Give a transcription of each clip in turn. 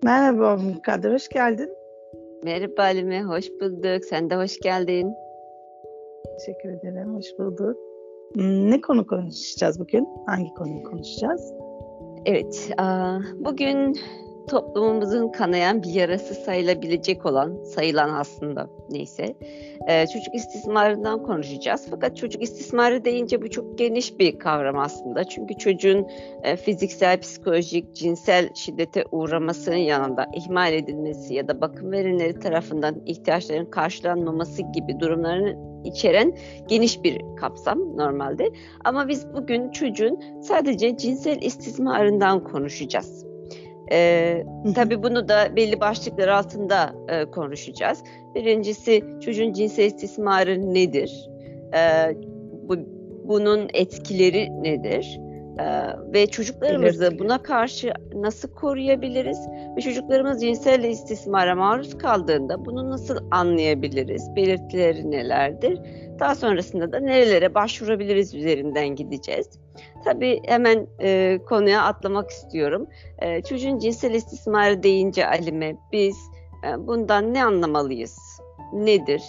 Merhaba Mukadder, hoş geldin. Merhaba Halime, hoş bulduk. Sen de hoş geldin. Teşekkür ederim, hoş bulduk. Ne konu konuşacağız bugün? Hangi konuyu konuşacağız? Evet, bugün toplumumuzun kanayan bir yarası sayılan aslında neyse, çocuk istismarından konuşacağız. Fakat çocuk istismarı deyince bu çok geniş bir kavram aslında. Çünkü çocuğun fiziksel, psikolojik, cinsel şiddete uğramasının yanında ihmal edilmesi ya da bakım verenleri tarafından ihtiyaçların karşılanmaması gibi durumlarını içeren geniş bir kapsam normalde. Ama biz bugün çocuğun sadece cinsel istismarından konuşacağız. Tabii bunu da belli başlıklar altında konuşacağız. Birincisi çocuğun cinsel istismarı nedir? Bunun etkileri nedir? Ve çocuklarımızı buna karşı nasıl koruyabiliriz? Ve çocuklarımız cinsel istismara maruz kaldığında bunu nasıl anlayabiliriz? Belirtileri nelerdir? Daha sonrasında da nerelere başvurabiliriz üzerinden gideceğiz. Tabii hemen konuya atlamak istiyorum. Çocuğun cinsel istismarı deyince Alime biz bundan ne anlamalıyız? Nedir?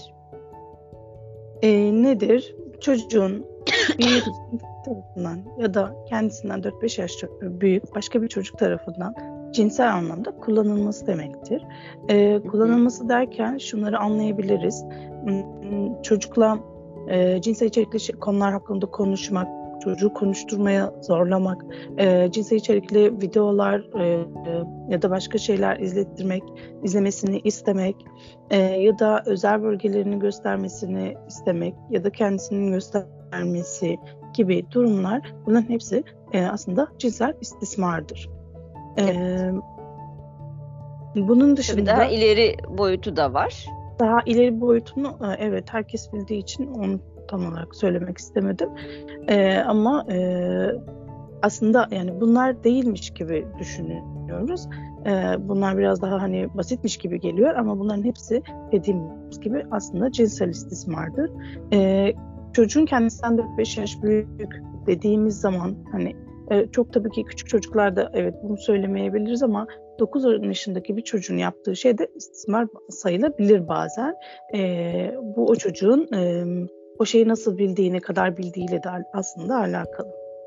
Nedir? Çocuğun bir tarafından ya da kendisinden 4-5 yaş büyük başka bir çocuk tarafından cinsel anlamda kullanılması demektir. Kullanılması derken şunları anlayabiliriz. Çocukla cinsel içerikli konular hakkında konuşmak, çocuğu konuşturmaya zorlamak, cinsel içerikli videolar ya da başka şeyler izlemesini istemek ya da özel bölgelerini göstermesini istemek ya da kendisinin göstermesi gibi durumlar, bunların hepsi aslında cinsel istismardır. Evet. Bunun dışında daha ileri boyutu da var. Daha ileri boyutunu evet herkes bildiği için onu tam olarak söylemek istemedim. Ama aslında yani bunlar değilmiş gibi düşünüyoruz. Bunlar biraz daha hani basitmiş gibi geliyor ama bunların hepsi dediğimiz gibi aslında cinsel istismardır. Çocuğun kendisinden 4-5 yaş büyük dediğimiz zaman hani çok tabii ki küçük çocuklarda evet bunu söylemeyebiliriz ama 9 yaşındaki bir çocuğun yaptığı şey de istismar sayılabilir bazen. Bu o çocuğun o şeyi nasıl bildiği, ne kadar bildiğiyle de aslında alakalı.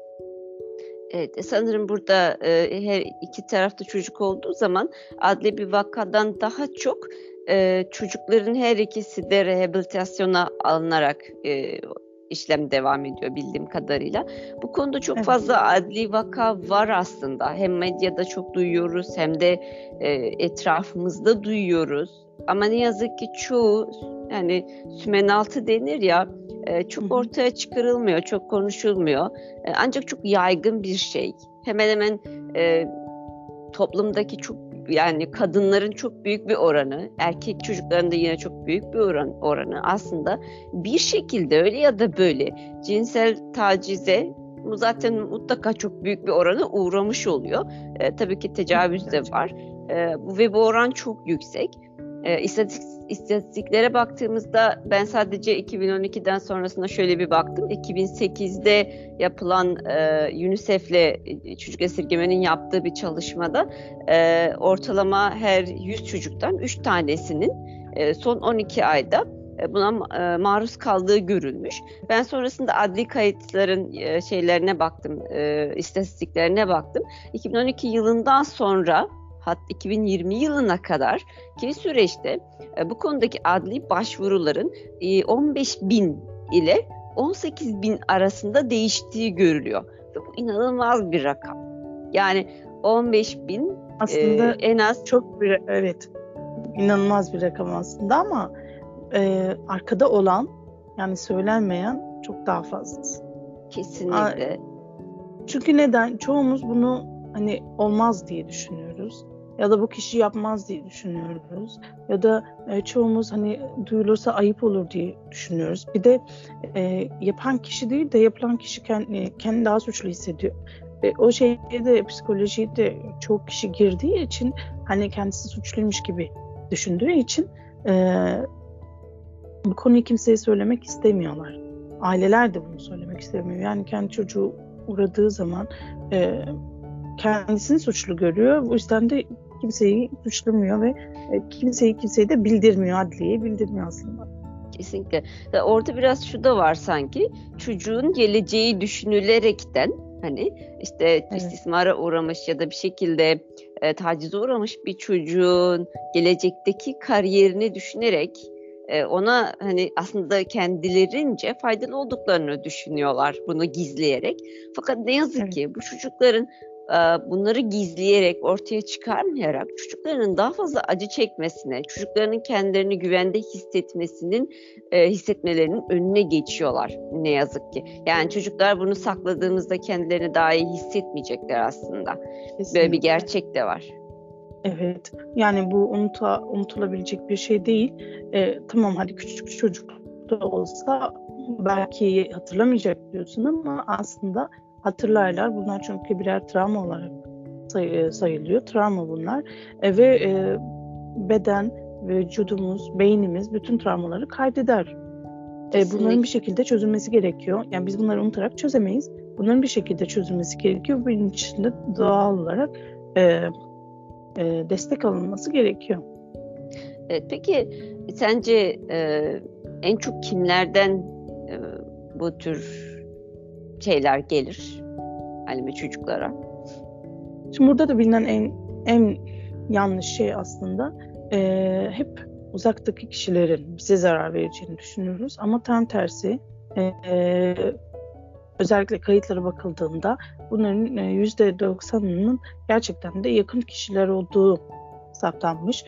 Evet, sanırım burada her iki tarafta çocuk olduğu zaman adli bir vakadan daha çok çocukların her ikisi de rehabilitasyona alınarak işlem devam ediyor bildiğim kadarıyla. Bu konuda çok fazla adli vaka var aslında. Hem medyada çok duyuyoruz hem de etrafımızda duyuyoruz. Ama ne yazık ki çoğu yani sümenaltı denir ya çok ortaya çıkarılmıyor, çok konuşulmuyor. Ancak çok yaygın bir şey. Hemen hemen toplumdaki çok yani kadınların çok büyük bir oranı, erkek çocukların da yine çok büyük bir oranı aslında bir şekilde öyle ya da böyle cinsel tacize bu zaten mutlaka çok büyük bir oranı uğramış oluyor. Tabii ki tecavüz de var. Ve bu oran çok yüksek. İstatistiklere baktığımızda ben sadece 2012'den sonrasında şöyle bir baktım. 2008'de yapılan UNICEF'le çocuk esirgemenin yaptığı bir çalışmada ortalama her 100 çocuktan 3 tanesinin son 12 ayda buna maruz kaldığı görülmüş. Ben sonrasında adli kayıtların şeylerine baktım, istatistiklerine baktım. 2012 yılından sonra 2020 yılına kadar ki süreçte bu konudaki adli başvuruların 15.000 ile 18.000 arasında değiştiği görülüyor. Ve bu inanılmaz bir rakam. Yani 15.000 aslında en az çok evet inanılmaz bir rakam aslında ama arkada olan yani söylenmeyen çok daha fazlası. Kesinlikle. Çünkü neden? Çoğumuz bunu hani olmaz diye düşünüyoruz. Ya da bu kişi yapmaz diye düşünüyoruz. Ya da çoğumuz hani duyulursa ayıp olur diye düşünüyoruz. Bir de yapan kişi değil de yapılan kişi kendini daha suçlu hissediyor. O şeyde de psikolojiye de çok kişi girdiği için hani kendisi suçluymuş gibi düşündüğü için bu konuyu kimseye söylemek istemiyorlar. Aileler de bunu söylemek istemiyor. Yani kendi çocuğu uğradığı zaman kendisini suçlu görüyor. Bu yüzden de kimseyi suçlamıyor ve kimseyi kimseye de bildirmiyor, adliyeye bildirmiyor aslında. Kesinlikle. Orada biraz şu da var sanki, çocuğun geleceği düşünülerekten hani işte Evet. istismara uğramış ya da bir şekilde tacize uğramış bir çocuğun gelecekteki kariyerini düşünerek ona hani aslında kendilerince faydalı olduklarını düşünüyorlar bunu gizleyerek. Fakat ne yazık Evet. ki bu çocukların bunları gizleyerek, ortaya çıkarmayarak çocukların daha fazla acı çekmesine, çocuklarının kendilerini güvende hissetmelerinin önüne geçiyorlar ne yazık ki. Yani çocuklar bunu sakladığımızda kendilerini daha iyi hissetmeyecekler aslında. Kesinlikle. Böyle bir gerçek de var. Evet. Yani bu unutulabilecek bir şey değil. Tamam, hadi küçük çocuk da olsa belki hatırlamayacak diyorsun ama aslında hatırlarlar. Bunlar çünkü birer travma olarak sayılıyor. Travma bunlar. Ve beden, vücudumuz, beynimiz bütün travmaları kaydeder. Bunların bir şekilde çözülmesi gerekiyor. Yani biz bunları unutarak çözemeyiz. Bunların bir şekilde çözülmesi gerekiyor. Bunun için de doğal olarak destek alınması gerekiyor. Evet, peki sence en çok kimlerden bu tür şeyler gelir Halime çocuklara? Şimdi burada da bilinen en yanlış şey aslında hep uzaktaki kişilerin bize zarar vereceğini düşünürüz ama tam tersi özellikle kayıtlara bakıldığında bunların %90'ının gerçekten de yakın kişiler olduğu saptanmış.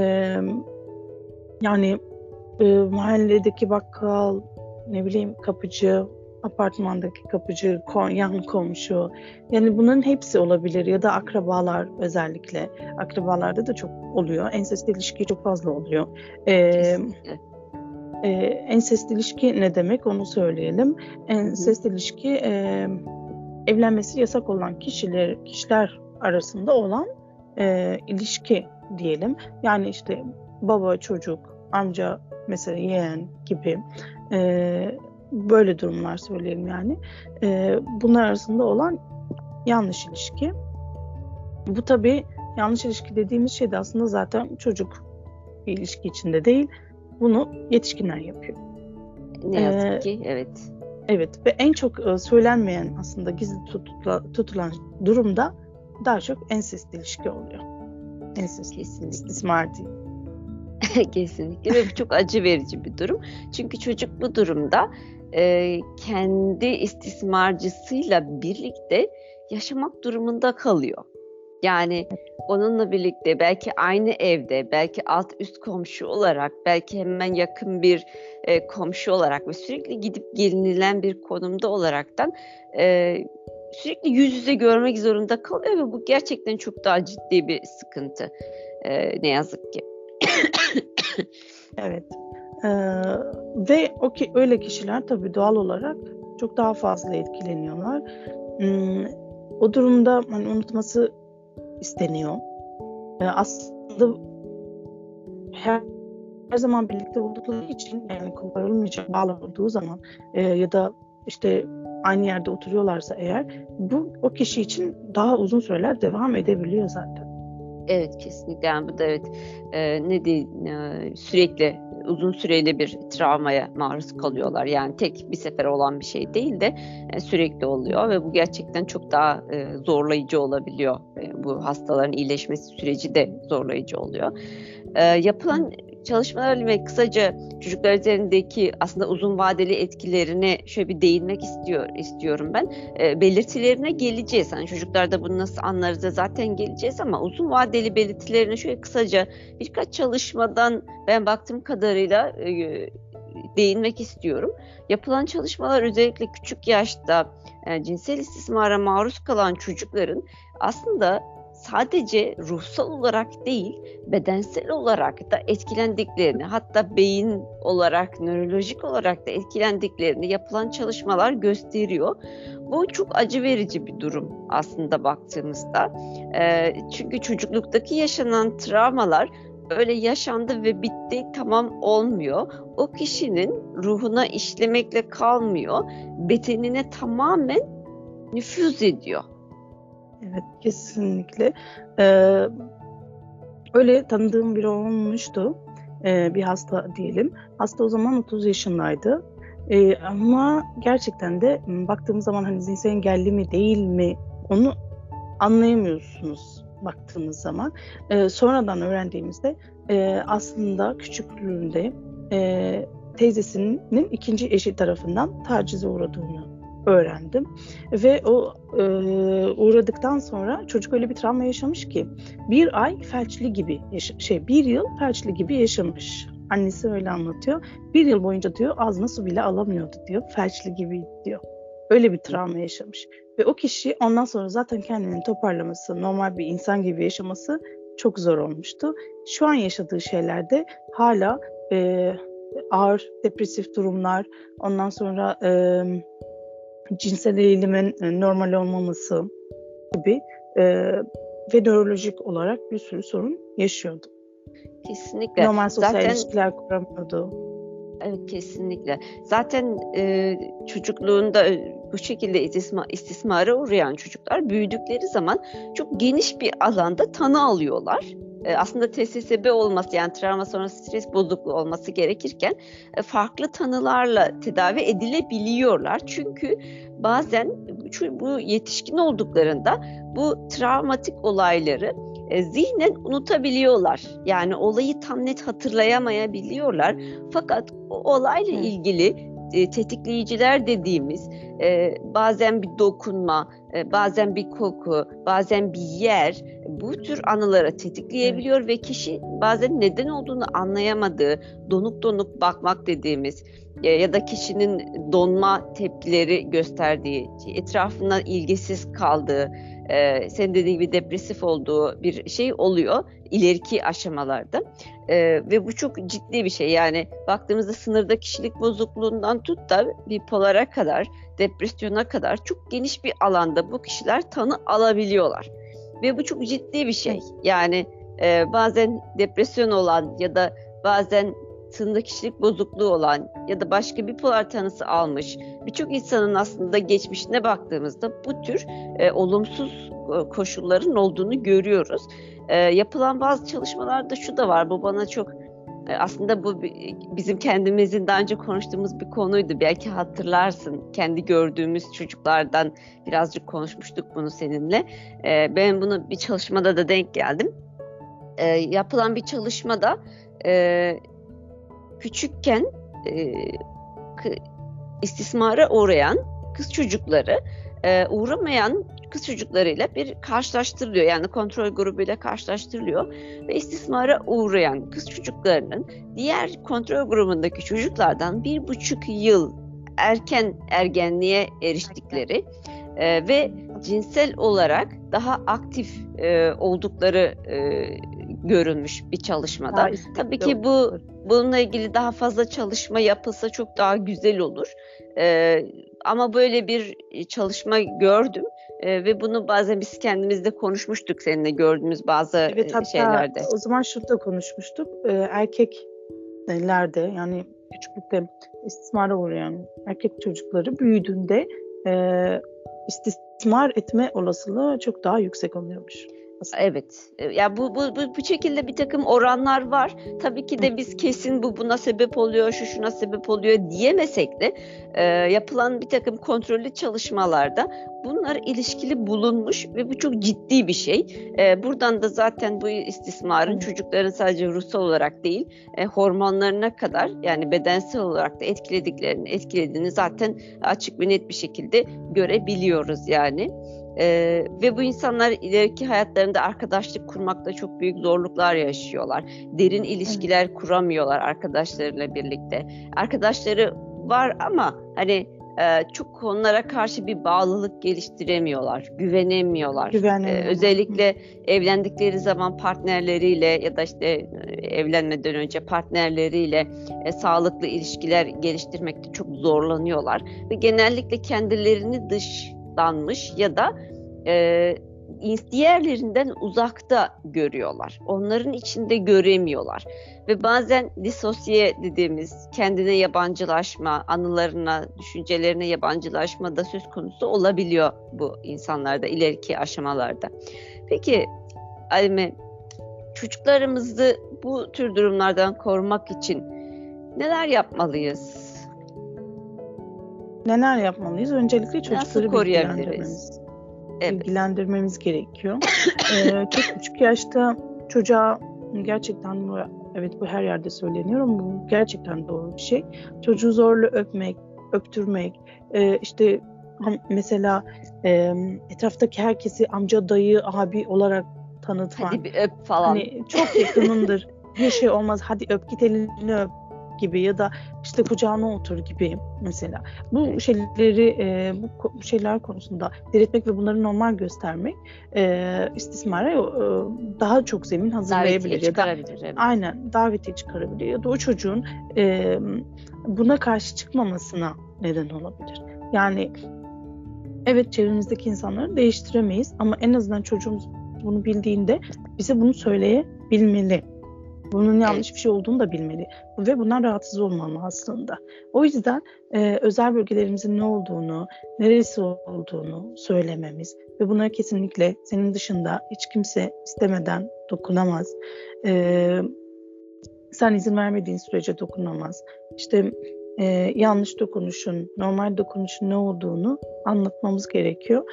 Yani mahalledeki bakkal, ne bileyim kapıcı, apartmandaki kapıcı, yan komşu, yani bunların hepsi olabilir ya da akrabalar, özellikle akrabalarda da çok oluyor. Ensest ilişki çok fazla oluyor. Kesinlikle. Ensest ilişki ne demek onu söyleyelim. Ensest ilişki evlenmesi yasak olan kişiler arasında olan ilişki diyelim. Yani işte baba çocuk, amca mesela yeğen gibi böyle durumlar söyleyelim yani. Bunlar arasında olan yanlış ilişki. Bu tabii yanlış ilişki dediğimiz şey de aslında zaten çocuk bir ilişki içinde değil. Bunu yetişkinler yapıyor. Ne yazık ki evet. Evet ve en çok söylenmeyen aslında gizli tutulan durumda daha çok ensest ilişki oluyor. Ensest, istismar değil. Kesinlikle ve bu çok acı verici bir durum. Çünkü çocuk bu durumda kendi istismarcısıyla birlikte yaşamak durumunda kalıyor. Yani onunla birlikte belki aynı evde, belki alt üst komşu olarak, belki hemen yakın bir komşu olarak ve sürekli gidip gelinilen bir konumda olaraktan sürekli yüz yüze görmek zorunda kalıyor ve bu gerçekten çok daha ciddi bir sıkıntı ne yazık ki. Evet. Ve öyle kişiler tabii doğal olarak çok daha fazla etkileniyorlar. O durumda hani unutması isteniyor. Aslında her zaman birlikte oldukları için, yani koparılmayacak bağlar olduğu zaman ya da işte aynı yerde oturuyorlarsa eğer, bu o kişi için daha uzun süreler devam edebiliyor zaten. Evet, kesinlikle. Yani bu da evet sürekli uzun süreli bir travmaya maruz kalıyorlar. Yani tek bir sefer olan bir şey değil de sürekli oluyor ve bu gerçekten çok daha zorlayıcı olabiliyor. Bu hastaların iyileşmesi süreci de zorlayıcı oluyor. Yapılan çalışmalar ve kısaca çocuklar üzerindeki aslında uzun vadeli etkilerine şöyle bir değinmek istiyorum ben. Belirtilerine geleceğiz. Hani çocuklarda bunu nasıl anlarız da zaten geleceğiz ama uzun vadeli belirtilerine şöyle kısaca birkaç çalışmadan ben baktığım kadarıyla değinmek istiyorum. Yapılan çalışmalar özellikle küçük yaşta cinsel istismara maruz kalan çocukların aslında sadece ruhsal olarak değil, bedensel olarak da etkilendiklerini, hatta beyin olarak, nörolojik olarak da etkilendiklerini yapılan çalışmalar gösteriyor. Bu çok acı verici bir durum aslında baktığımızda. Çünkü çocukluktaki yaşanan travmalar öyle yaşandı ve bitti, tamam olmuyor. O kişinin ruhuna işlemekle kalmıyor, bedenine tamamen nüfuz ediyor. Evet, kesinlikle. Öyle tanıdığım biri olmuştu. Bir hasta diyelim. Hasta o zaman 30 yaşındaydı. Ama gerçekten de baktığımız zaman hani zihinsel engelli mi değil mi onu anlayamıyorsunuz baktığımız zaman. Sonradan öğrendiğimizde aslında küçüklüğünde teyzesinin ikinci eşi tarafından tacize uğradığını öğrendim. Ve o uğradıktan sonra çocuk öyle bir travma yaşamış ki bir ay felçli gibi bir yıl felçli gibi yaşamış. Annesi öyle anlatıyor. Bir yıl boyunca diyor ağzına su bile alamıyordu diyor. Felçli gibi diyor. Öyle bir travma yaşamış. Ve o kişi ondan sonra zaten kendini toparlaması, normal bir insan gibi yaşaması çok zor olmuştu. Şu an yaşadığı şeylerde hala ağır depresif durumlar, ondan sonra cinsel eğilimin normal olmaması gibi ve nörolojik olarak bir sürü sorun yaşıyordu. Kesinlikle. Normal sosyal ilişkiler kuramıyordu. Evet, kesinlikle. Zaten çocukluğunda bu şekilde istismara uğrayan çocuklar büyüdükleri zaman çok geniş bir alanda tanı alıyorlar. Aslında TSSB olması, yani travma sonrası stres bozukluğu olması gerekirken farklı tanılarla tedavi edilebiliyorlar. Çünkü bazen bu yetişkin olduklarında bu travmatik olayları zihnen unutabiliyorlar. Yani olayı tam net hatırlayamayabiliyorlar. Fakat o olayla ilgili tetikleyiciler dediğimiz bazen bir dokunma, bazen bir koku, bazen bir yer bu tür anılara tetikleyebiliyor ve kişi bazen neden olduğunu anlayamadığı, donuk donuk bakmak dediğimiz ya da kişinin donma tepkileri gösterdiği, etrafından ilgisiz kaldığı, senin dediğin gibi depresif olduğu bir şey oluyor ileriki aşamalarda. Ve bu çok ciddi bir şey. Yani baktığımızda sınırda kişilik bozukluğundan tut da bipolara kadar, depresyona kadar çok geniş bir alanda bu kişiler tanı alabiliyorlar. Ve bu çok ciddi bir şey. Yani bazen depresyon olan ya da bazen sınırda kişilik bozukluğu olan ya da başka bipolar tanısı almış birçok insanın aslında geçmişine baktığımızda bu tür olumsuz koşulların olduğunu görüyoruz. Yapılan bazı çalışmalarda şu da var, bu bana çok aslında bu bizim kendimizin daha önce konuştuğumuz bir konuydu. Belki hatırlarsın, kendi gördüğümüz çocuklardan birazcık konuşmuştuk bunu seninle. Ben bunu bir çalışmada da denk geldim. Yapılan bir çalışmada küçükken istismara uğrayan kız çocukları uğramayan kız çocuklarıyla bir karşılaştırılıyor. Yani kontrol grubuyla karşılaştırılıyor ve istismara uğrayan kız çocuklarının diğer kontrol grubundaki çocuklardan 1,5 yıl erken ergenliğe eriştikleri ve cinsel olarak daha aktif oldukları görülmüş bir çalışmada. Tabii ki bununla ilgili daha fazla çalışma yapılsa çok daha güzel olur. Ama böyle bir çalışma gördüm ve bunu bazen biz kendimizde konuşmuştuk seninle gördüğümüz bazı şeylerde. O zaman şurada konuşmuştuk. Erkeklerde yani küçüklükte istismara uğrayan erkek çocukları büyüdüğünde istismar etme olasılığı çok daha yüksek oluyormuş. Evet. Ya bu şekilde bir takım oranlar var. Tabii ki de biz kesin bu buna sebep oluyor, şuna sebep oluyor diyemesek de yapılan bir takım kontrollü çalışmalarda bunlar ilişkili bulunmuş ve bu çok ciddi bir şey. Buradan da zaten bu istismarın çocukların sadece ruhsal olarak değil, hormonlarına kadar, yani bedensel olarak da etkilediğini zaten açık ve net bir şekilde görebiliyoruz yani. Ve bu insanlar ileriki hayatlarında arkadaşlık kurmakta çok büyük zorluklar yaşıyorlar. Derin ilişkiler kuramıyorlar arkadaşlarıyla birlikte. Arkadaşları var ama hani çok onlara karşı bir bağlılık geliştiremiyorlar, güvenemiyorlar. Özellikle evlendikleri zaman partnerleriyle ya da işte evlenmeden önce partnerleriyle sağlıklı ilişkiler geliştirmekte çok zorlanıyorlar ve genellikle kendilerini dışlanmış ya da diğerlerinden uzakta görüyorlar. Onların içinde göremiyorlar. Ve bazen disosiye dediğimiz kendine yabancılaşma, anılarına, düşüncelerine yabancılaşma da söz konusu olabiliyor bu insanlarda ileriki aşamalarda. Peki Alime, çocuklarımızı bu tür durumlardan korumak için neler yapmalıyız? Neler yapmalıyız? Öncelikle Nasıl çocukları koruyabiliriz? Evet. bilgilendirmemiz gerekiyor. Çok küçük yaşta çocuğa gerçekten bu her yerde söyleniyor ama bu gerçekten doğru bir şey. Çocuğu zorla öpmek, öptürmek, işte mesela etraftaki herkesi amca, dayı, abi olarak tanıtmak. Hadi bir öp falan. Hani çok yakınındır. Bir şey olmaz. Hadi öp, git elini öp gibi ya da işte kucağına otur gibi mesela. Bu şeyleri bu şeyler konusunda diretmek ve bunları normal göstermek istismara daha çok zemin hazırlayabilir Davetiye çıkarabilir. Evet. Aynen, davetiye çıkarabilir ya da o çocuğun buna karşı çıkmamasına neden olabilir. Yani evet, çevremizdeki insanları değiştiremeyiz ama en azından çocuğumuz bunu bildiğinde bize bunu söyleyebilmeli. Bunun yanlış bir şey olduğunu da bilmeli ve bundan rahatsız olmamalı aslında. O yüzden özel bölgelerimizin ne olduğunu, neresi olduğunu söylememiz ve buna kesinlikle senin dışında hiç kimse istemeden dokunamaz. Sen izin vermediğin sürece dokunamaz. İşte yanlış dokunuşun, normal dokunuşun ne olduğunu anlatmamız gerekiyor.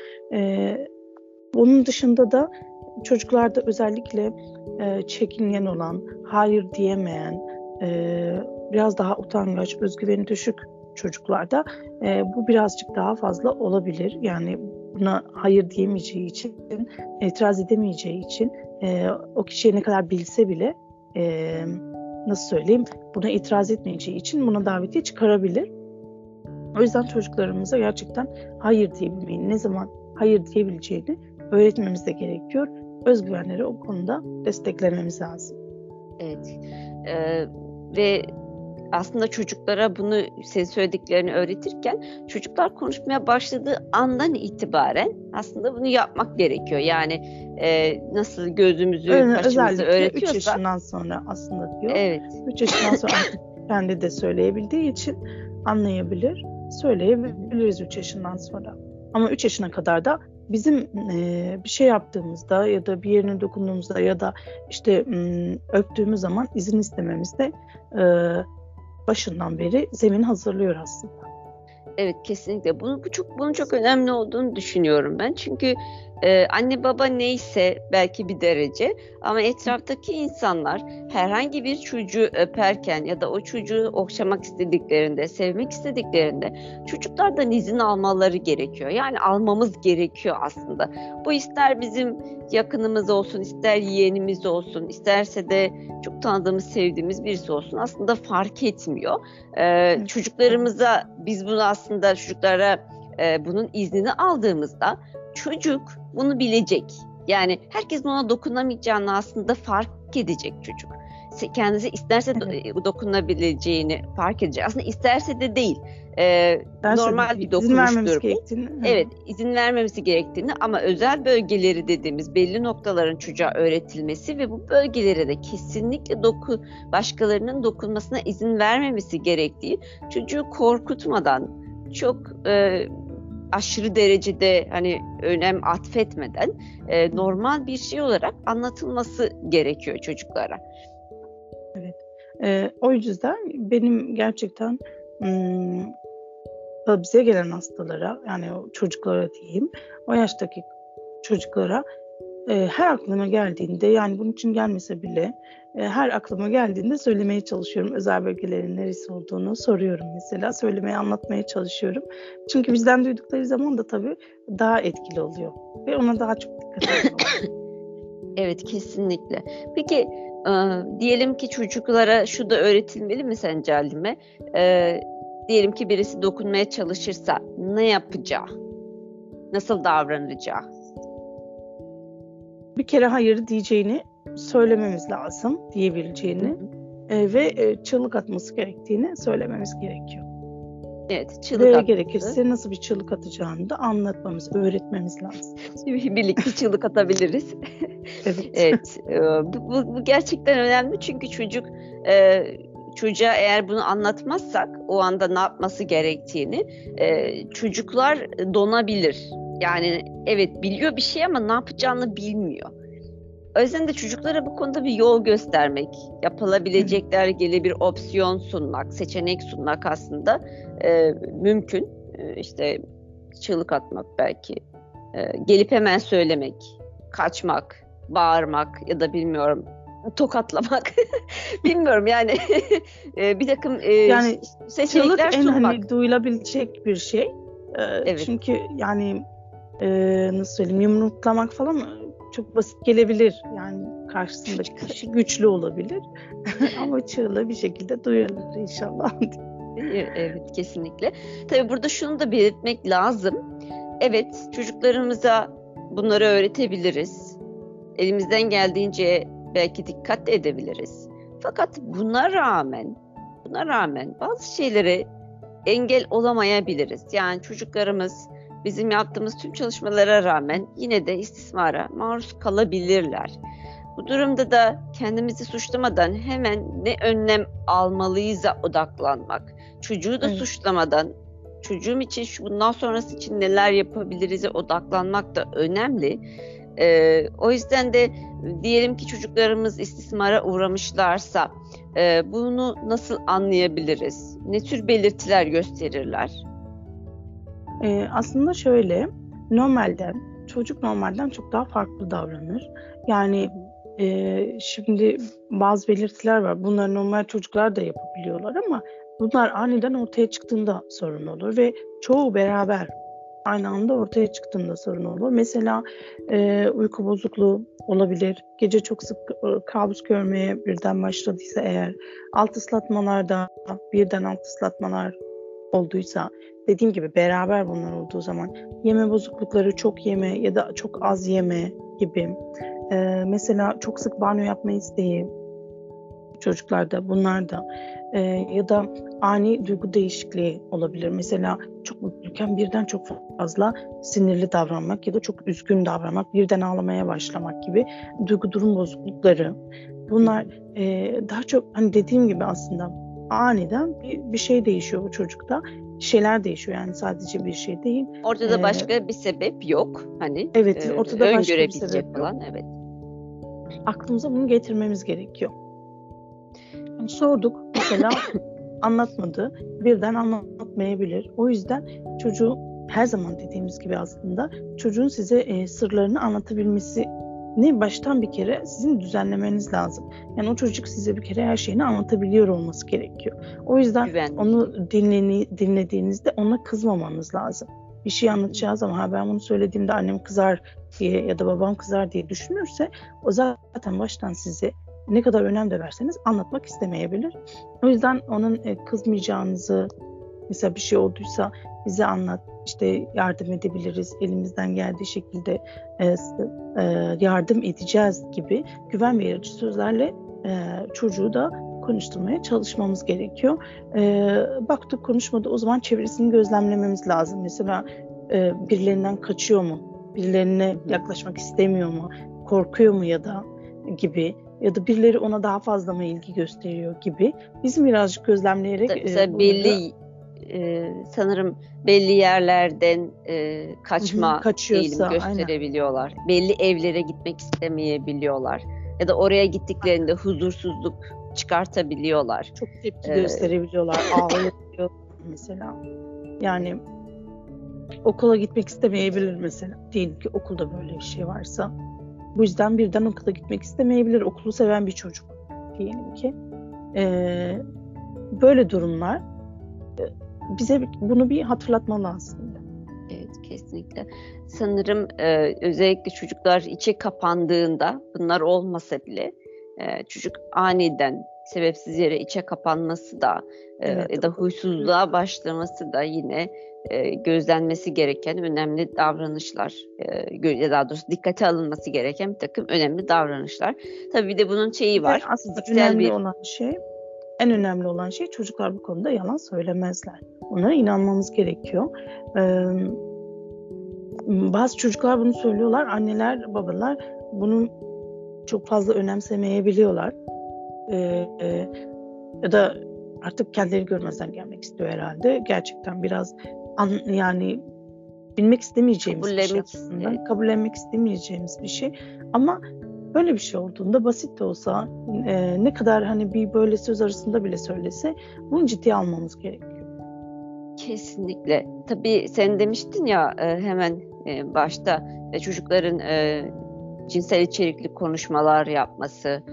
Onun dışında da çocuklarda özellikle çekingen olan, hayır diyemeyen, biraz daha utangaç, özgüveni düşük çocuklarda bu birazcık daha fazla olabilir. Yani buna hayır diyemeyeceği için, itiraz edemeyeceği için o kişiye ne kadar bilse bile nasıl söyleyeyim, buna itiraz etmeyeceği için buna davetiye çıkarabilir. O yüzden çocuklarımıza gerçekten hayır diyebilmeyi, ne zaman hayır diyebileceğini öğretmemiz de gerekiyor. Özgüvenleri o konuda desteklememiz lazım. Evet. Ve aslında çocuklara bunu, senin söylediklerini öğretirken çocuklar konuşmaya başladığı andan itibaren aslında bunu yapmak gerekiyor. Yani nasıl gözümüzü, başımızı öğretiyorsak. 3 yaşından sonra aslında diyor. Evet. 3 yaşından sonra artık kendi de söyleyebildiği için anlayabilir. Söyleyebiliriz 3 yaşından sonra. Ama 3 yaşına kadar da bizim bir şey yaptığımızda ya da bir yerine dokunduğumuzda ya da işte öptüğümüz zaman izin istememiz de başından beri zemin hazırlıyor aslında. Evet, kesinlikle. Bunun çok önemli olduğunu düşünüyorum ben. Çünkü anne baba neyse belki bir derece, ama etraftaki insanlar herhangi bir çocuğu öperken ya da o çocuğu okşamak istediklerinde, sevmek istediklerinde çocuklardan izin almaları gerekiyor. Yani almamız gerekiyor aslında. Bu ister bizim yakınımız olsun, ister yeğenimiz olsun, isterse de çok tanıdığımız, sevdiğimiz birisi olsun. Aslında fark etmiyor. Çocuklarımıza, biz bunu aslında çocuklara bunun iznini aldığımızda çocuk bunu bilecek. Yani herkesin ona dokunamayacağını aslında fark edecek çocuk. Kendisi isterse dokunabileceğini fark edecek. Aslında isterse de değil. Normal bir dokunuştur bu. Evet, izin vermemesi gerektiğini, ama özel bölgeleri dediğimiz belli noktaların çocuğa öğretilmesi ve bu bölgelere de kesinlikle başkalarının dokunmasına izin vermemesi gerektiği, çocuğu korkutmadan, çok aşırı derecede hani önem atfetmeden normal bir şey olarak anlatılması gerekiyor çocuklara. Evet. O yüzden benim gerçekten bize gelen hastalara, yani o çocuklara diyeyim, o yaştaki çocuklara her aklıma geldiğinde, yani bunun için gelmese bile her aklıma geldiğinde söylemeye çalışıyorum. Özel bölgelerin neresi olduğunu soruyorum mesela. Söylemeye, anlatmaya çalışıyorum. Çünkü bizden duydukları zaman da tabii daha etkili oluyor. Ve ona daha çok dikkat ediyorlar. Evet, kesinlikle. Peki diyelim ki çocuklara şu da öğretilmeli mi sence Halime? Diyelim ki birisi dokunmaya çalışırsa ne yapacağı? Nasıl davranacağı? Bir kere hayır diyeceğini söylememiz lazım, diyebileceğini ve çığlık atması gerektiğini söylememiz gerekiyor. Evet, çığlık atması. Gerekirse nasıl bir çığlık atacağını da anlatmamız, öğretmemiz lazım. Birlikte çığlık atabiliriz. Evet. Evet, bu gerçekten önemli, çünkü çocuğa eğer bunu anlatmazsak o anda ne yapması gerektiğini, çocuklar donabilir. Yani evet, biliyor bir şey ama ne yapacağını bilmiyor. O yüzden de çocuklara bu konuda bir yol göstermek, yapılabilecekler ilgili bir opsiyon sunmak, seçenek sunmak aslında mümkün. İşte çığlık atmak belki, gelip hemen söylemek, kaçmak, bağırmak ya da bilmiyorum tokatlamak, bilmiyorum yani bir takım Yani seçenekler çığlık en sunmak. hani duyulabilecek bir şey. Evet. Çünkü yani nasıl söyleyeyim, yumruklamak falan çok basit gelebilir. Yani karşısındaki kişi güçlü olabilir. Ama çığlığı bir şekilde duyulur inşallah. Evet, kesinlikle. Tabii burada şunu da belirtmek lazım. Evet, çocuklarımıza bunları öğretebiliriz. Elimizden geldiğince belki dikkat de edebiliriz. Fakat buna rağmen bazı şeylere engel olamayabiliriz. Yani çocuklarımız bizim yaptığımız tüm çalışmalara rağmen yine de istismara maruz kalabilirler. Bu durumda da kendimizi suçlamadan hemen ne önlem almalıyız'a odaklanmak. Çocuğu da Evet. suçlamadan çocuğum için bundan sonrası için neler yapabiliriz'e odaklanmak da önemli. O yüzden de diyelim ki çocuklarımız istismara uğramışlarsa bunu nasıl anlayabiliriz? Ne tür belirtiler gösterirler? Aslında şöyle, çocuk normalden çok daha farklı davranır. Yani şimdi bazı belirtiler var. Bunları normal çocuklar da yapabiliyorlar ama bunlar aniden ortaya çıktığında sorun olur ve çoğu beraber aynı anda ortaya çıktığında sorun olur. Mesela uyku bozukluğu olabilir. Gece çok sık kabus görmeye birden başladıysa eğer, birden alt ıslatmalar olduysa, dediğim gibi beraber bunlar olduğu zaman, yeme bozuklukları, çok yeme ya da çok az yeme gibi. Mesela çok sık banyo yapma isteği çocuklarda, bunlar da ya da ani duygu değişikliği olabilir. Mesela çok mutluyken birden çok fazla sinirli davranmak ya da çok üzgün davranmak, birden ağlamaya başlamak gibi duygu durum bozuklukları. Bunlar daha çok hani dediğim gibi aslında aniden bir şey değişiyor bu çocukta. Şeyler değişiyor, yani sadece bir şey değil. Ortada başka bir sebep yok. Hani Evet, ortada başka bir sebep öngörebilecek yok. olan, evet. Aklımıza bunu getirmemiz gerekiyor. Yani sorduk mesela anlatmadı, birden anlatmayabilir. O yüzden çocuğu, her zaman dediğimiz gibi aslında çocuğun size sırlarını anlatabilmesini baştan bir kere sizin düzenlemeniz lazım. Yani o çocuk size bir kere her şeyini anlatabiliyor olması gerekiyor. O yüzden onu dinlediğinizde ona kızmamanız lazım. Bir şey anlatacağı zaman ben bunu söylediğimde annem kızar diye ya da babam kızar diye düşünürse, o zaten baştan size ne kadar önem de verseniz anlatmak istemeyebilir. O yüzden onun kızmayacağınızı, mesela bir şey olduysa bize anlat, işte yardım edebiliriz, elimizden geldiği şekilde yardım edeceğiz gibi güven verici sözlerle çocuğu da konuşturmaya çalışmamız gerekiyor. Baktık konuşmadı, o zaman çevresini gözlemlememiz lazım. Mesela birilerinden kaçıyor mu? Birilerine yaklaşmak istemiyor mu? Korkuyor mu ya da gibi, ya da birileri ona daha fazla mı ilgi gösteriyor gibi. Bizim birazcık gözlemleyerek mesela sanırım belli yerlerden kaçma eğilimi gösterebiliyorlar. Aynen. Belli evlere gitmek istemeyebiliyorlar. Ya da oraya gittiklerinde huzursuzluk çıkartabiliyorlar. Çok tepki gösterebiliyorlar. Ağlayabiliyor mesela. Yani okula gitmek istemeyebilir mesela. Diyelim ki okulda böyle bir şey varsa. Bu yüzden birden okula gitmek istemeyebilir. Okulu seven bir çocuk diyelim ki. Böyle durumlar bize bunu bir hatırlatmalı aslında. Evet, kesinlikle. Sanırım özellikle çocuklar içe kapandığında, bunlar olmasa bile çocuk aniden sebepsiz yere içe kapanması da ya da huysuzluğa başlaması da yine gözlenmesi gereken önemli davranışlar, ya daha doğrusu dikkate alınması gereken bir takım önemli davranışlar. Tabii bir de bunun şeyi var. Aslında en önemli olan şey çocuklar bu konuda yalan söylemezler. Onlara inanmamız gerekiyor. Bazı çocuklar bunu söylüyorlar. Anneler, babalar bunu çok fazla önemsemeyebiliyorlar. Ya da artık kendileri görmezden gelmek istiyor herhalde. Gerçekten biraz yani bilmek istemeyeceğimiz bir şey aslında. Kabullenmek istemeyeceğimiz bir şey. Ama Böyle bir şey olduğunda basit de olsa ne kadar hani bir böyle söz arasında bile söylese bunu ciddiye almamız gerekiyor. Kesinlikle. Tabii sen demiştin ya hemen başta çocukların cinsel içerikli konuşmalar yapması,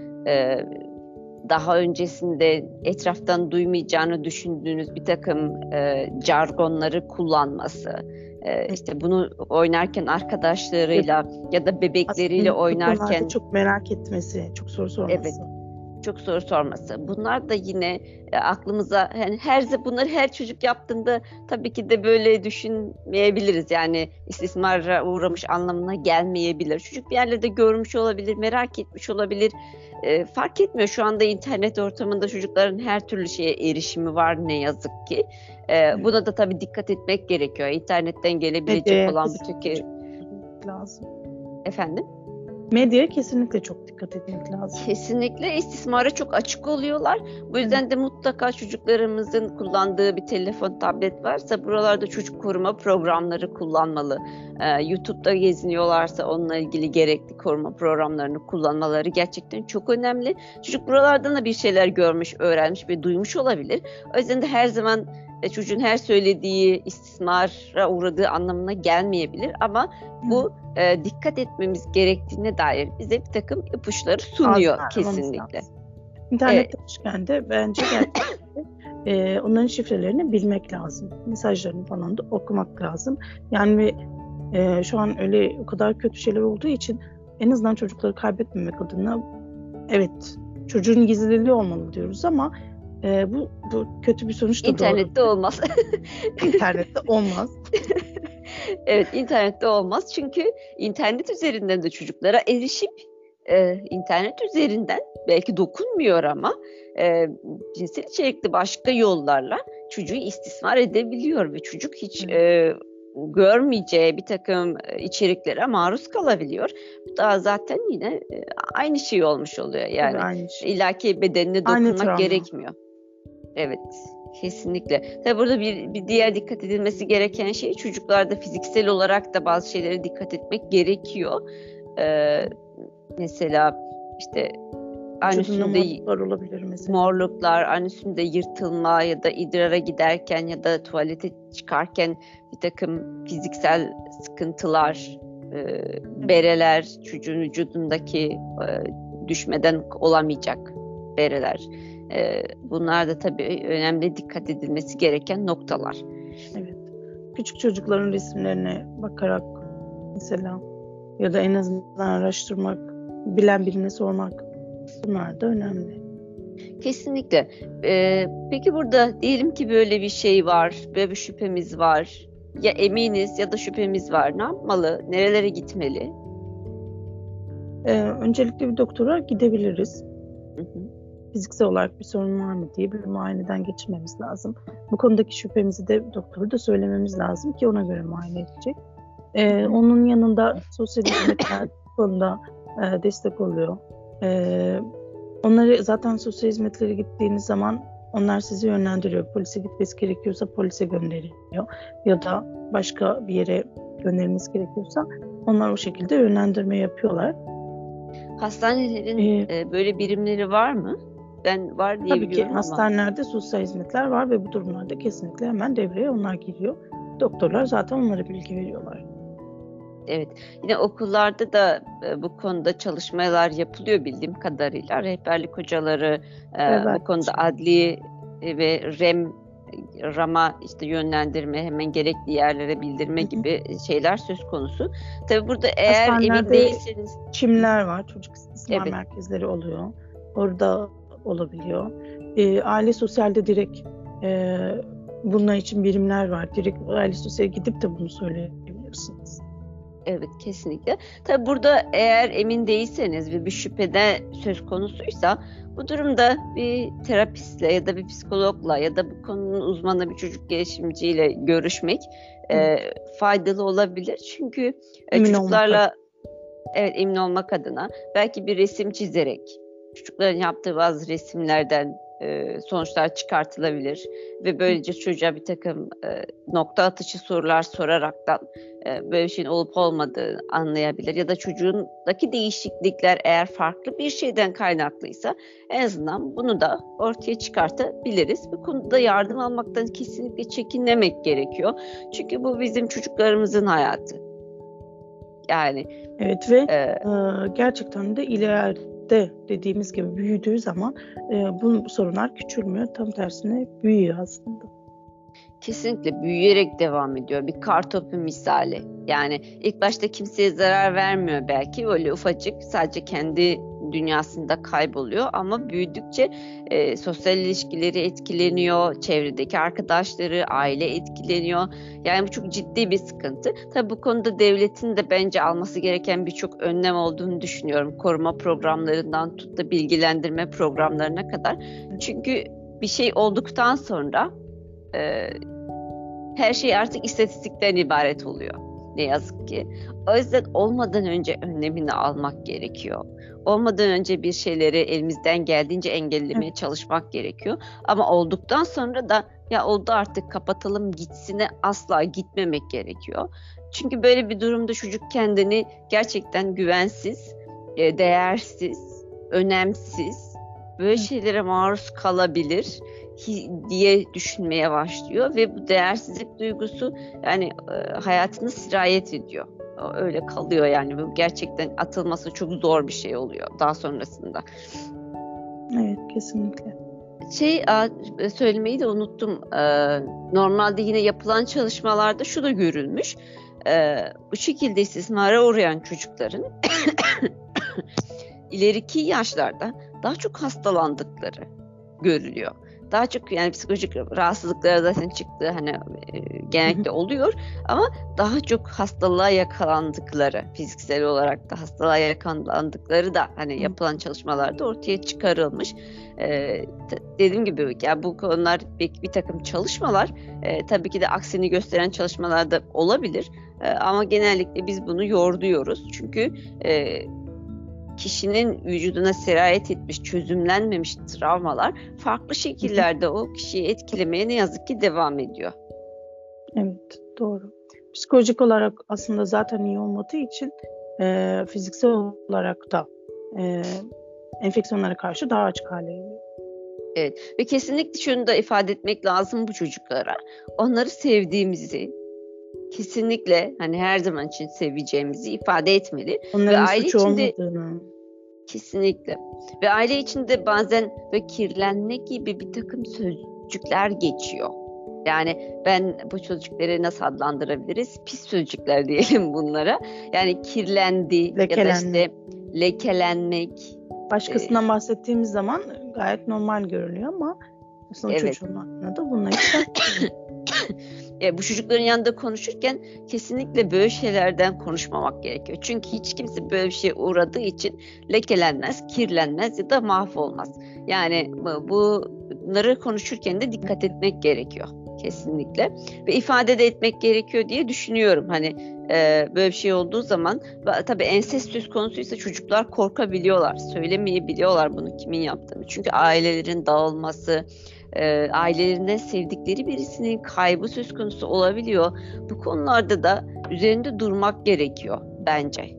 daha öncesinde etraftan duymayacağını düşündüğünüz bir takım jargonları kullanması, işte bunu oynarken arkadaşlarıyla ya da bebekleriyle aslında oynarken çok merak etmesi, çok soru sorması. Evet. Çok soru sorması. Bunlar da yine aklımıza yani bunları her çocuk yaptığında tabii ki de böyle düşünmeyebiliriz. Yani istismara uğramış anlamına gelmeyebilir. Çocuk bir yerlerde görmüş olabilir, merak etmiş olabilir. Fark etmiyor. Şu anda internet ortamında çocukların her türlü şeye erişimi var ne yazık ki. Buna da tabii dikkat etmek gerekiyor. İnternetten gelebilecek olan bütün lazım. Efendim? Medyaya kesinlikle çok dikkat etmek lazım. Kesinlikle istismara çok açık oluyorlar. Bu yüzden de mutlaka çocuklarımızın kullandığı bir telefon, tablet varsa buralarda çocuk koruma programları kullanmalı. YouTube'da geziniyorlarsa onunla ilgili gerekli koruma programlarını kullanmaları gerçekten çok önemli. Çocuk buralardan da bir şeyler görmüş, öğrenmiş ve duymuş olabilir. O yüzden de her zaman çocuğun her söylediği istismara uğradığı anlamına gelmeyebilir ama bu dikkat etmemiz gerektiğine dair bize bir takım ipuçları sunuyor kesinlikle. İnternet demişken de bence gerçekten onların şifrelerini bilmek lazım. Mesajlarını falan da okumak lazım. Yani şu an öyle o kadar kötü şeyler olduğu için en azından çocukları kaybetmemek adına evet çocuğun gizliliği olmalı diyoruz ama bu kötü bir sonuç da İnternette olmaz. İnternette olmaz. Evet, internette olmaz. Çünkü internet üzerinden de çocuklara erişip internet üzerinden belki dokunmuyor ama cinsel içerikli başka yollarla çocuğu istismar edebiliyor ve çocuk hiç görmeyeceği bir takım içeriklere maruz kalabiliyor. Bu da zaten yine aynı şey olmuş oluyor. Yani illaki bedenine dokunmak gerekmiyor. Evet. Kesinlikle. Tabii burada bir diğer dikkat edilmesi gereken şey çocuklarda fiziksel olarak da bazı şeylere dikkat etmek gerekiyor. Mesela işte morluklar olabilir mesela. Morluklar, anüsünde yırtılma ya da idrara giderken ya da tuvalete çıkarken bir takım fiziksel sıkıntılar, bereler, çocuğun vücudundaki düşmeden olamayacak bereler. Bunlar da tabii önemli dikkat edilmesi gereken noktalar. Evet. Küçük çocukların resimlerine bakarak mesela ya da en azından araştırmak, bilen birine sormak bunlar da önemli. Kesinlikle. Peki burada diyelim ki böyle bir şey var, böyle bir şüphemiz var. Ya eminiz ya da şüphemiz var. Ne yapmalı? Nerelere gitmeli? Öncelikle bir doktora gidebiliriz. Fiziksel olarak bir sorun var mı diye bir muayeneden geçirmemiz lazım. Bu konudaki şüphemizi de doktora da söylememiz lazım ki ona göre muayene edecek. Onun yanında sosyal hizmetler bu konuda destek oluyor. Onları zaten sosyal hizmetlere gittiğiniz zaman onlar sizi yönlendiriyor. Polise gitmesi gerekiyorsa polise gönderiyor. Ya da başka bir yere gönderilmesi gerekiyorsa onlar o şekilde yönlendirme yapıyorlar. Hastanelerin böyle birimleri var mı? Ben var diye tabii biliyorum ki hastanelerde sosyal hizmetler var ve bu durumlarda kesinlikle hemen devreye onlar giriyor. Doktorlar zaten onlara bilgi veriyorlar. Evet. Yine okullarda da bu konuda çalışmalar yapılıyor bildiğim kadarıyla. Rehberlik hocaları bu konuda adli ve RAM'a işte yönlendirme, hemen gerekli yerlere bildirme gibi şeyler söz konusu. Tabii burada eğer emin değilseniz... Çimler var, çocuk istismar merkezleri oluyor. Orada olabiliyor. Aile sosyalde direkt bunlar için birimler var. Direkt aile sosyale gidip de bunu söyleyebilirsiniz. Evet, kesinlikle. Tabii burada eğer emin değilseniz ve bir şüphede söz konusuysa bu durumda bir terapistle ya da bir psikologla ya da bu konunun uzmanı bir çocuk gelişimciyle görüşmek faydalı olabilir. Çünkü çocuklarla emin olmak adına belki bir resim çizerek çocukların yaptığı bazı resimlerden sonuçlar çıkartılabilir ve böylece çocuğa bir takım nokta atışı sorular soraraktan böyle bir şeyin olup olmadığını anlayabilir ya da çocuğundaki değişiklikler eğer farklı bir şeyden kaynaklıysa en azından bunu da ortaya çıkartabiliriz. Bu konuda yardım almaktan kesinlikle çekinmemek gerekiyor. Çünkü bu bizim çocuklarımızın hayatı. Yani evet ve gerçekten de ileride dediğimiz gibi büyüdüğü zaman bu sorunlar küçülmüyor. Tam tersine büyüyor aslında. Kesinlikle büyüyerek devam ediyor. Bir kartopu misali. Yani ilk başta kimseye zarar vermiyor belki. Öyle ufacık sadece kendi dünyasında kayboluyor. Ama büyüdükçe sosyal ilişkileri etkileniyor. Çevredeki arkadaşları, aile etkileniyor. Yani bu çok ciddi bir sıkıntı. Tabii bu konuda devletin de bence alması gereken birçok önlem olduğunu düşünüyorum. Koruma programlarından tut da bilgilendirme programlarına kadar. Çünkü bir şey olduktan sonra her şey artık istatistikten ibaret oluyor. Ne yazık ki. O yüzden olmadan önce önlemini almak gerekiyor. Olmadan önce bir şeyleri elimizden geldiğince engellemeye çalışmak gerekiyor. Ama olduktan sonra da ya oldu artık kapatalım gitsine asla gitmemek gerekiyor. Çünkü böyle bir durumda çocuk kendini gerçekten güvensiz, değersiz, önemsiz, böyle şeylere maruz kalabilir diye düşünmeye başlıyor ve bu değersizlik duygusu yani hayatını sirayet ediyor. Öyle kalıyor yani. Bu gerçekten atılması çok zor bir şey oluyor daha sonrasında. Evet, kesinlikle. Söylemeyi de unuttum. Normalde yine yapılan çalışmalarda şu da görülmüş. Bu şekilde istismara uğrayan çocukların ileriki yaşlarda daha çok hastalandıkları görülüyor. Daha çok yani psikolojik rahatsızlıklara zaten çıktığı hani genellikle oluyor ama daha çok hastalığa yakalandıkları, fiziksel olarak da hastalığa yakalandıkları da hani yapılan çalışmalarda ortaya çıkarılmış. Dediğim gibi yani bu konular bir takım çalışmalar tabii ki de aksini gösteren çalışmalar da olabilir ama genellikle biz bunu yorduyoruz çünkü kişinin vücuduna sirayet etmiş, çözümlenmemiş travmalar farklı şekillerde o kişiyi etkilemeye ne yazık ki devam ediyor. Evet, doğru. Psikolojik olarak aslında zaten iyi olmadığı için fiziksel olarak da enfeksiyonlara karşı daha açık hale geliyor. Evet ve kesinlikle şunu da ifade etmek lazım bu çocuklara. Onları sevdiğimizi, kesinlikle hani her zaman için seveceğimizi ifade etmeli. Onların ve aile suçu içinde olmadığını. Kesinlikle. Ve aile içinde bazen böyle kirlenme gibi bir takım sözcükler geçiyor. Yani bu çocukları nasıl adlandırabiliriz? Pis sözcükler diyelim bunlara. Yani kirlendi ya da işte lekelenmek. Başkasından bahsettiğimiz zaman gayet normal görülüyor ama aslında çocuğun aklına da bunları bu çocukların yanında konuşurken kesinlikle böyle şeylerden konuşmamak gerekiyor. Çünkü hiç kimse böyle bir şeye uğradığı için lekelenmez, kirlenmez ya da mahvolmaz. Yani bunları konuşurken de dikkat etmek gerekiyor kesinlikle. Ve ifade de etmek gerekiyor diye düşünüyorum. Hani böyle bir şey olduğu zaman tabii ensest söz konusuysa çocuklar korkabiliyorlar. Söylemeyebiliyorlar bunu kimin yaptığını. Çünkü ailelerin dağılması, ailelerinden sevdikleri birisinin kaybı söz konusu olabiliyor. Bu konularda da üzerinde durmak gerekiyor bence.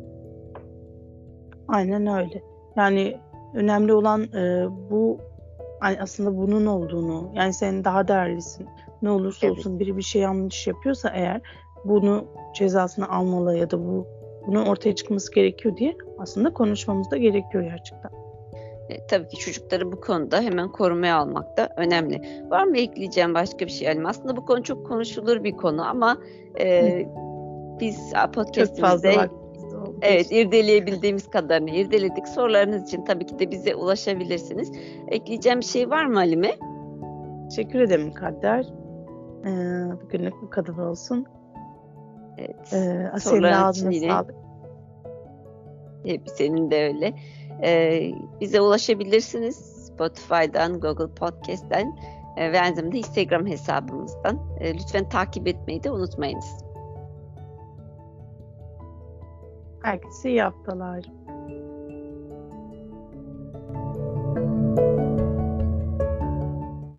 Aynen öyle. Yani önemli olan bu aslında bunun olduğunu, yani sen daha değerlisin. Ne olursa olsun biri bir şey yanlış yapıyorsa eğer bunu cezasını almalı ya da bunun ortaya çıkması gerekiyor diye aslında konuşmamız da gerekiyor gerçekten. Tabii ki çocukları bu konuda hemen korumaya almak da önemli. Var mı ekleyeceğim başka bir şey Halim? Aslında bu konu çok konuşulur bir konu ama biz podcast'imizde irdeleyebildiğimiz kadarını irdeledik. Sorularınız için tabii ki de bize ulaşabilirsiniz. Ekleyeceğim bir şey var mı Halime? Teşekkür ederim Kader. Bugünlük bu kadar olsun. Evet. Senin ağzına sağlık. Senin de öyle. Bize ulaşabilirsiniz Spotify'dan, Google Podcast'ten ve aynı zamanda Instagram hesabımızdan. Lütfen takip etmeyi de unutmayınız. Herkese iyi haftalar.